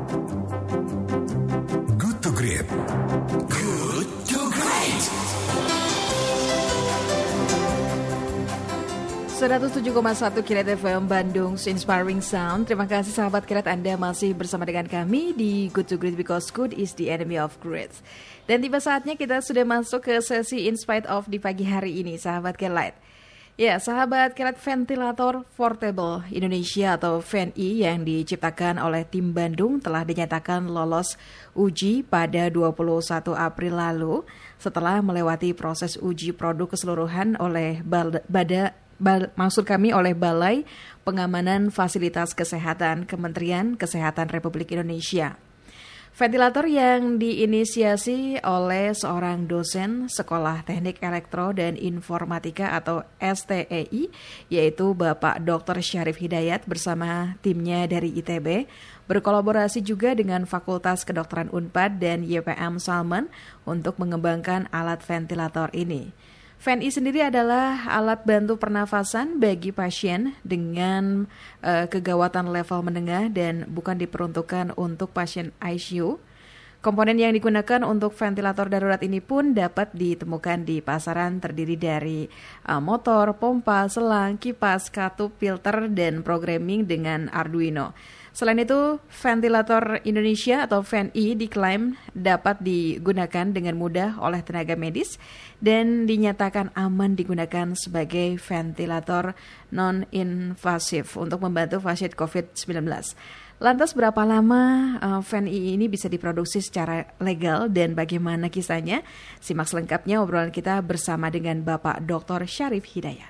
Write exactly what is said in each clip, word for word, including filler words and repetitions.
Good to Great. Good to Great. seratus tujuh koma satu Kilat F M Bandung, Inspiring Sound. Terima kasih sahabat Kilat, Anda masih bersama dengan kami di Good to Great because good is the enemy of great. Dan tiba saatnya kita sudah masuk ke sesi In Spite of di pagi hari ini, sahabat Kilat. Ya, sahabat Kilat, ventilator portable Indonesia atau V N I yang diciptakan oleh tim Bandung telah dinyatakan lolos uji pada dua puluh satu April lalu setelah melewati proses uji produk keseluruhan oleh Bal- Bada Bal, maksud kami oleh Balai Pengamanan Fasilitas Kesehatan Kementerian Kesehatan Republik Indonesia. Ventilator yang diinisiasi oleh seorang dosen Sekolah Teknik Elektro dan Informatika atau S T E I, yaitu Bapak doktor Syarif Hidayat bersama timnya dari I T B, berkolaborasi juga dengan Fakultas Kedokteran Unpad dan Y P M Salman untuk mengembangkan alat ventilator ini. V N I sendiri adalah alat bantu pernafasan bagi pasien dengan uh, kegawatan level menengah dan bukan diperuntukkan untuk pasien I C U. Komponen yang digunakan untuk ventilator darurat ini pun dapat ditemukan di pasaran, terdiri dari uh, motor, pompa, selang, kipas, katup, filter, dan programming dengan Arduino. Selain itu, ventilator Indonesia atau V N I diklaim dapat digunakan dengan mudah oleh tenaga medis dan dinyatakan aman digunakan sebagai ventilator non-invasif untuk membantu pasien covid sembilan belas. Lantas berapa lama uh, V N I ini bisa diproduksi secara legal dan bagaimana kisahnya? Simak selengkapnya obrolan kita bersama dengan Bapak doktor Syarif Hidayat.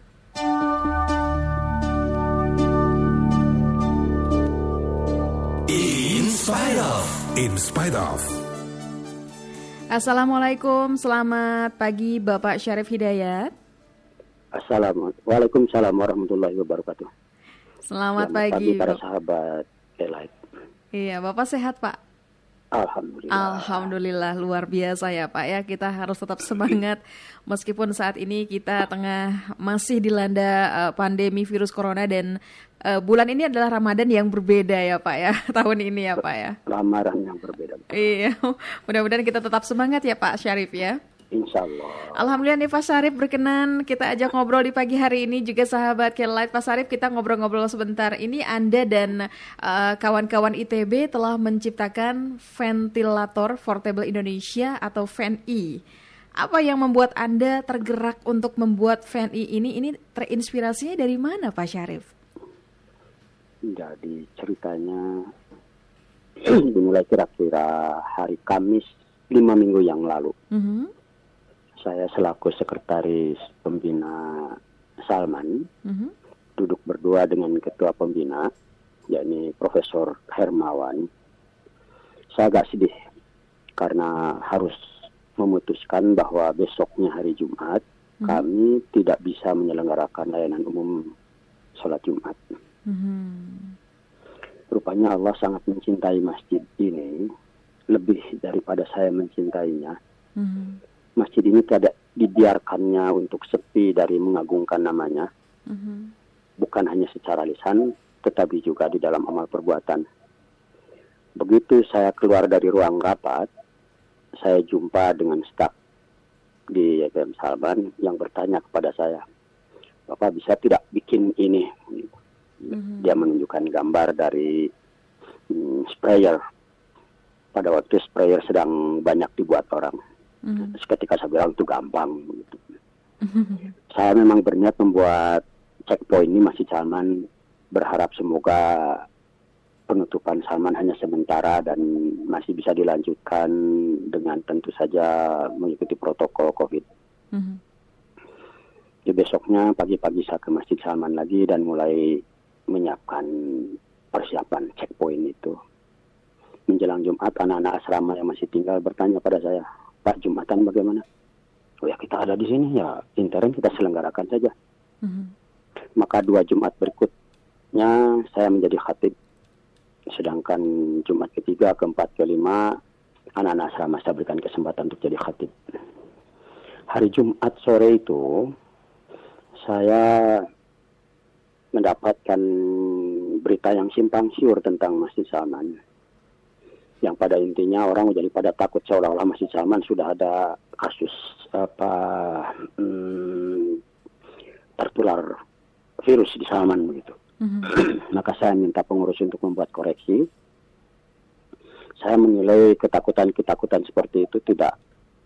In Spite of. In Spite of. Assalamualaikum, selamat pagi Bapak Syarif Hidayat. Assalamualaikum, Waalaikumsalam warahmatullahi wabarakatuh. Selamat, Selamat pagi, pagi para Bapak. sahabat Elite. Iya, Bapak sehat Pak? Alhamdulillah. Alhamdulillah, luar biasa ya Pak ya. Kita harus tetap semangat meskipun saat ini kita tengah masih dilanda uh, pandemi virus corona dan uh, bulan ini adalah Ramadan yang berbeda ya Pak ya, tahun ini ya Pak ya. Lamaran yang berbeda. Iya, mudah-mudahan kita tetap semangat ya Pak Syarif ya. Insya Allah. Alhamdulillah nih Pak Syarif berkenan kita ajak ngobrol di pagi hari ini juga sahabat Kilat. Pak Syarif, kita ngobrol-ngobrol sebentar. Ini Anda dan uh, kawan-kawan I T B telah menciptakan ventilator portable Indonesia atau V N I. Apa yang membuat Anda tergerak untuk membuat V N I ini? Ini terinspirasinya dari mana Pak Syarif? Jadi ceritanya dimulai kira-kira hari Kamis lima minggu yang lalu. Mm-hmm. Saya selaku sekretaris pembina Salman, mm-hmm. duduk berdua dengan ketua pembina, yakni Profesor Hermawan. Saya agak sedih karena harus memutuskan bahwa besoknya hari Jumat, mm-hmm. kami tidak bisa menyelenggarakan layanan umum sholat Jumat. Mm-hmm. Rupanya Allah sangat mencintai masjid ini, lebih daripada saya mencintainya. Mm-hmm. Masjid ini tidak dibiarkannya untuk sepi dari mengagungkan namanya, mm-hmm. bukan hanya secara lisan, tetapi juga di dalam amal perbuatan. Begitu saya keluar dari ruang rapat, saya jumpa dengan staf di Y P M Salman yang bertanya kepada saya, Bapak bisa tidak bikin ini? Mm-hmm. Dia menunjukkan gambar dari hmm, sprayer. Pada waktu sprayer sedang banyak dibuat orang. Mm-hmm. Ketika saya bilang itu gampang. Gitu. Mm-hmm. Saya memang berniat membuat checkpoint ini masih Salman, berharap semoga penutupan Salman hanya sementara dan masih bisa dilanjutkan dengan tentu saja mengikuti protokol COVID. Mm-hmm. Di besoknya pagi-pagi saya ke Masjid Salman lagi dan mulai menyiapkan persiapan checkpoint itu. Menjelang Jumat, anak-anak asrama yang masih tinggal bertanya pada saya, Pak, Jumatan bagaimana? Oh ya, kita ada di sini, ya interim kita selenggarakan saja. Mm-hmm. Maka dua Jumat berikutnya saya menjadi khatib. Sedangkan Jumat ketiga, keempat, kelima, anak-anak asrama saya berikan kesempatan untuk jadi khatib. Hari Jumat sore itu, saya mendapatkan berita yang simpang siur tentang Masjid Salman. yang pada intinya orang jadi pada takut seolah-olah Masjid Salman sudah ada kasus apa hmm, tertular virus di Salman begitu. Mm-hmm. Maka saya minta pengurus untuk membuat koreksi. Saya menilai ketakutan-ketakutan seperti itu tidaklah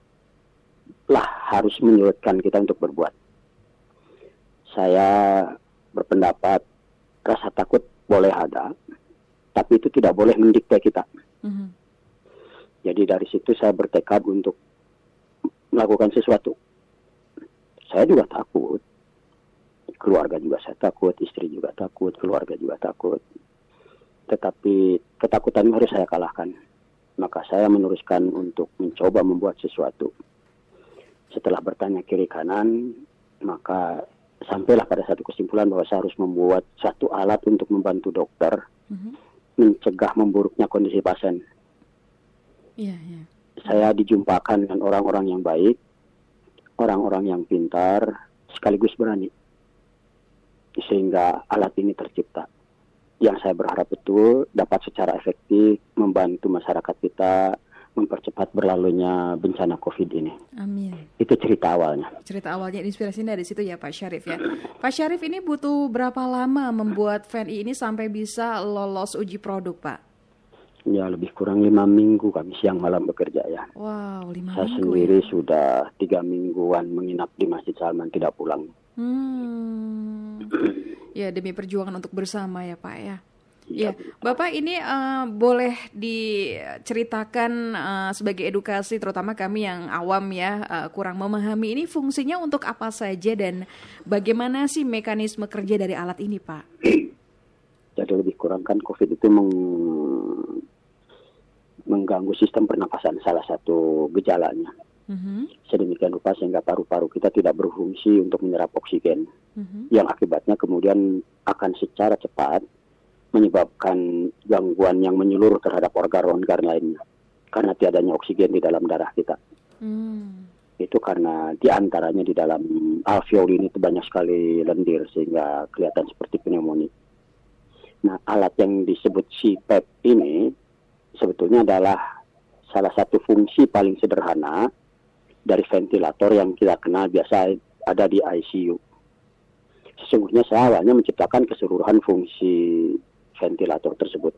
harus menyulitkan kita untuk berbuat. Saya berpendapat rasa takut boleh ada, tapi itu tidak boleh mendikte kita. Mm-hmm. Jadi dari situ saya bertekad untuk melakukan sesuatu. Saya juga takut, keluarga juga saya takut, istri juga takut, keluarga juga takut. Tetapi ketakutan harus saya kalahkan. Maka saya meneruskan untuk mencoba membuat sesuatu. Setelah bertanya kiri kanan, maka sampailah pada satu kesimpulan bahwa saya harus membuat satu alat untuk membantu dokter mm-hmm. mencegah memburuknya kondisi pasien. Yeah, yeah. Saya dijumpakan dengan orang-orang yang baik, orang-orang yang pintar, sekaligus berani. Sehingga alat ini tercipta. Yang saya berharap betul dapat secara efektif membantu masyarakat kita mempercepat berlalunya bencana COVID ini. Amin. Itu cerita awalnya. Cerita awalnya, inspirasinya dari situ ya Pak Syarif ya. Pak Syarif, ini butuh berapa lama membuat Fan I ini sampai bisa lolos uji produk, Pak? Ya lebih kurang lima minggu kami siang malam bekerja ya. Wow, lima Saya minggu sendiri ya? Sudah tiga mingguan menginap di Masjid Salman tidak pulang. Hmm. Ya demi perjuangan untuk bersama ya Pak ya. Ya, Bapak ini uh, boleh diceritakan uh, sebagai edukasi, terutama kami yang awam ya, uh, kurang memahami ini fungsinya untuk apa saja dan bagaimana sih mekanisme kerja dari alat ini, Pak? Jadi lebih kurang kan COVID itu meng- mengganggu sistem pernapasan, salah satu gejalanya. Mm-hmm. Sedemikian rupa sehingga paru-paru kita tidak berfungsi untuk menyerap oksigen, mm-hmm. yang akibatnya kemudian akan secara cepat menyebabkan gangguan yang menyeluruh terhadap organ-organ lainnya karena tiadanya oksigen di dalam darah kita. Hmm. Itu karena diantaranya di dalam alveoli ini banyak sekali lendir sehingga kelihatan seperti pneumonia. Nah, alat yang disebut C PAP ini sebetulnya adalah salah satu fungsi paling sederhana dari ventilator yang kita kenal biasa ada di I C U. Sesungguhnya saya awalnya menciptakan keseluruhan fungsi ventilator tersebut.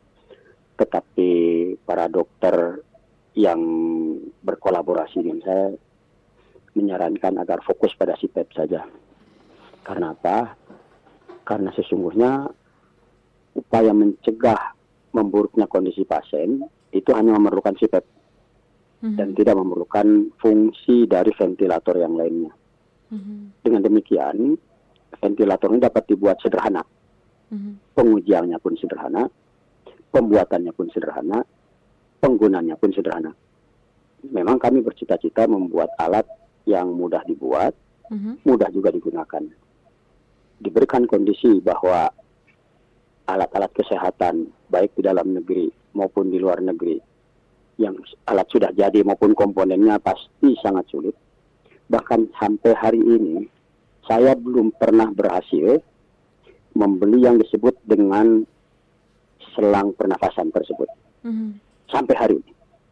Tetapi para dokter yang berkolaborasi dengan saya menyarankan agar fokus pada C PAP saja. Karena apa? Karena sesungguhnya upaya mencegah memburuknya kondisi pasien itu hanya memerlukan C PAP mm-hmm. dan tidak memerlukan fungsi dari ventilator yang lainnya. Mm-hmm. Dengan demikian, ventilator ini dapat dibuat sederhana. Mm-hmm. Pengujiannya pun sederhana, pembuatannya pun sederhana, penggunaannya pun sederhana. Memang kami bercita-cita membuat alat yang mudah dibuat, mm-hmm. mudah juga digunakan. Diberikan kondisi bahwa alat-alat kesehatan, baik di dalam negeri maupun di luar negeri, yang alat sudah jadi maupun komponennya pasti sangat sulit. Bahkan sampai hari ini, saya belum pernah berhasil membeli yang disebut dengan selang pernafasan tersebut. Mm-hmm. Sampai hari ini.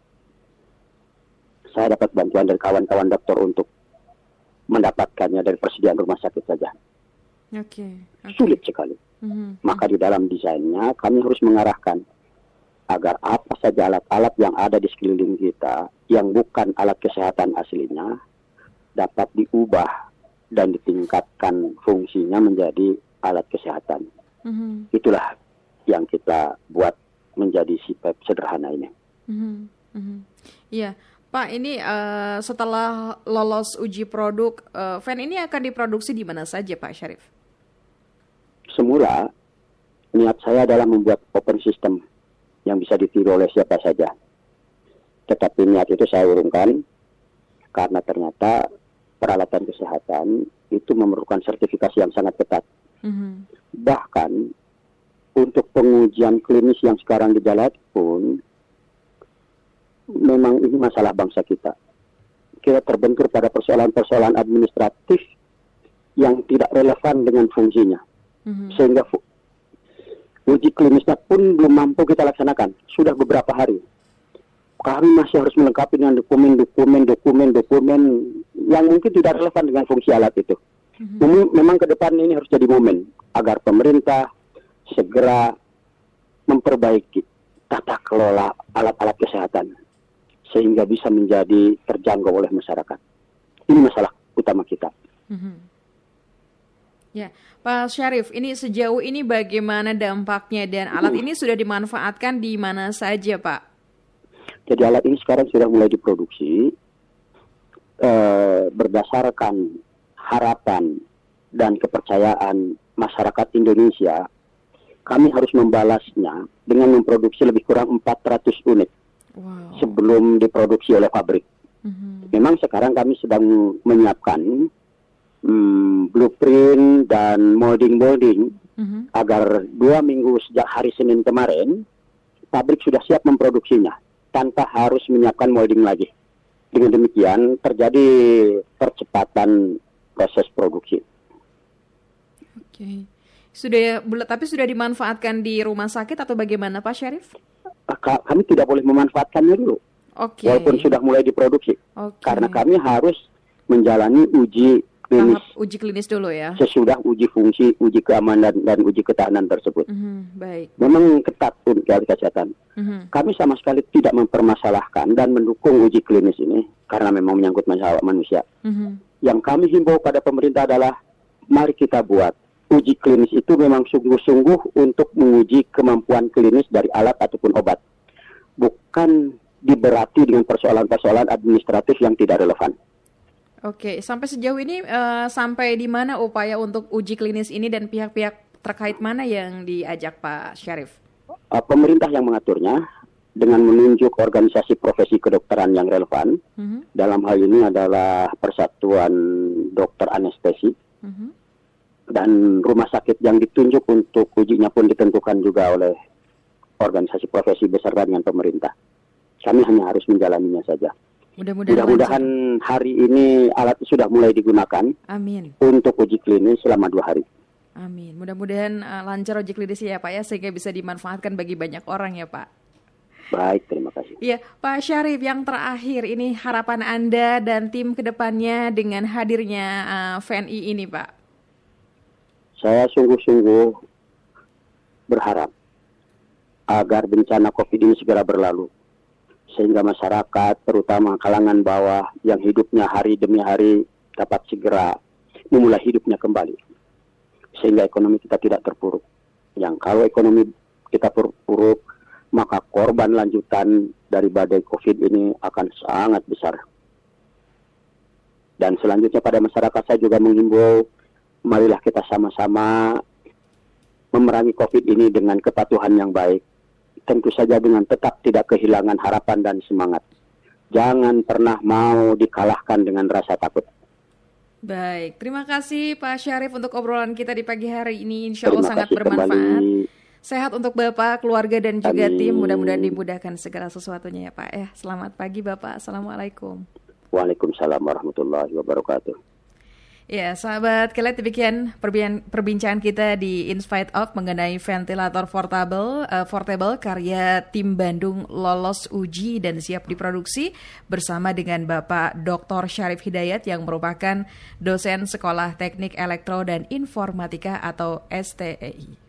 Saya dapat bantuan dari kawan-kawan dokter untuk mendapatkannya dari persediaan rumah sakit saja. Okay, okay. Sulit sekali. Mm-hmm. Maka di dalam desainnya kami harus mengarahkan agar apa saja alat-alat yang ada di sekeliling kita yang bukan alat kesehatan aslinya dapat diubah dan ditingkatkan fungsinya menjadi alat kesehatan. Mm-hmm. Itulah yang kita buat menjadi C PAP sederhana ini. Mm-hmm. Mm-hmm. Iya, Pak, ini uh, setelah lolos uji produk, uh, Fan ini akan diproduksi di mana saja, Pak Syarif? Semula, niat saya adalah membuat open system yang bisa ditiru oleh siapa saja. Tetapi niat itu saya urungkan karena ternyata peralatan kesehatan itu memerlukan sertifikasi yang sangat ketat. Mm-hmm. Bahkan untuk pengujian klinis yang sekarang dijalankan pun memang ini masalah bangsa kita. Kita terbentur pada persoalan-persoalan administratif yang tidak relevan dengan fungsinya. Mm-hmm. Sehingga fu- uji klinisnya pun belum mampu kita laksanakan. Sudah beberapa hari. kami masih harus melengkapi dengan dokumen-dokumen, dokumen-dokumen yang mungkin tidak relevan dengan fungsi alat itu. Mm-hmm. Memang ke depan ini harus jadi momen agar pemerintah segera memperbaiki tata kelola alat-alat kesehatan sehingga bisa menjadi terjangkau oleh masyarakat. Ini masalah utama kita. Mm-hmm. Ya, Pak Syarif, ini sejauh ini bagaimana dampaknya dan alat mm-hmm. ini sudah dimanfaatkan di mana saja, Pak? Jadi alat ini sekarang sudah mulai diproduksi eh, berdasarkan harapan dan kepercayaan masyarakat Indonesia. Kami harus membalasnya dengan memproduksi lebih kurang empat ratus unit wow. sebelum diproduksi oleh pabrik. Mm-hmm. Memang sekarang kami sedang menyiapkan hmm, blueprint dan molding-molding mm-hmm. agar dua minggu sejak hari Senin kemarin pabrik sudah siap memproduksinya tanpa harus menyiapkan molding lagi. Dengan demikian terjadi percepatan proses produksi. Oke. Okay. Sudah, tapi sudah dimanfaatkan di rumah sakit atau bagaimana, Pak Syarif? Kami tidak boleh memanfaatkannya dulu, okay. walaupun sudah mulai diproduksi, okay. karena kami harus menjalani uji klinis. Tahap uji klinis dulu ya. Sesudah uji fungsi, uji keamanan dan uji ketahanan tersebut. Mm-hmm, baik. Memang ketat pun dari kesehatan. Mm-hmm. Kami sama sekali tidak mempermasalahkan dan mendukung uji klinis ini karena memang menyangkut masalah manusia. Mm-hmm. Yang kami himbau pada pemerintah adalah mari kita buat uji klinis itu memang sungguh-sungguh untuk menguji kemampuan klinis dari alat ataupun obat. Bukan diberati dengan persoalan-persoalan administratif yang tidak relevan. Oke, sampai sejauh ini uh, sampai di mana upaya untuk uji klinis ini dan pihak-pihak terkait mana yang diajak Pak Syarif? Uh, pemerintah yang mengaturnya dengan menunjuk organisasi profesi kedokteran yang relevan. Uh-huh. Dalam hal ini adalah Persatuan Dokter Anestesi. Uh-huh. Dan rumah sakit yang ditunjuk untuk ujinya pun ditentukan juga oleh organisasi profesi beserta dengan pemerintah. Kami hanya harus menjalaninya saja. Mudah-mudahan, Mudah-mudahan hari ini alat sudah mulai digunakan. Amin. Untuk uji klinis selama dua hari. Amin. Mudah-mudahan uh, lancar uji klinis ya Pak ya, sehingga bisa dimanfaatkan bagi banyak orang ya Pak. Baik, terima kasih. Iya, Pak Syarif, yang terakhir ini harapan Anda dan tim kedepannya dengan hadirnya uh, V N I ini Pak. Saya sungguh-sungguh berharap agar bencana COVID ini segera berlalu. Sehingga masyarakat, terutama kalangan bawah yang hidupnya hari demi hari dapat segera memulai hidupnya kembali. Sehingga ekonomi kita tidak terpuruk. Yang kalau ekonomi kita terpuruk, maka korban lanjutan dari badai COVID ini akan sangat besar. Dan selanjutnya pada masyarakat saya juga menghimbau, marilah kita sama-sama memerangi COVID ini dengan kepatuhan yang baik. Tentu saja dengan tetap tidak kehilangan harapan dan semangat. Jangan pernah mau dikalahkan dengan rasa takut. Baik, terima kasih Pak Syarif untuk obrolan kita di pagi hari ini. Insya Allah sangat bermanfaat. Kembali. Sehat untuk Bapak, keluarga dan juga Amin. Tim. Mudah-mudahan dimudahkan segala sesuatunya ya Pak. Ya, selamat pagi Bapak. Assalamualaikum. Waalaikumsalam warahmatullahi wabarakatuh. Ya, sahabat, kalian demikian perbincangan kita di In Spite Of mengenai ventilator portable, uh, portable karya tim Bandung lolos uji dan siap diproduksi bersama dengan Bapak Doktor Syarif Hidayat yang merupakan dosen Sekolah Teknik Elektro dan Informatika atau S T E I.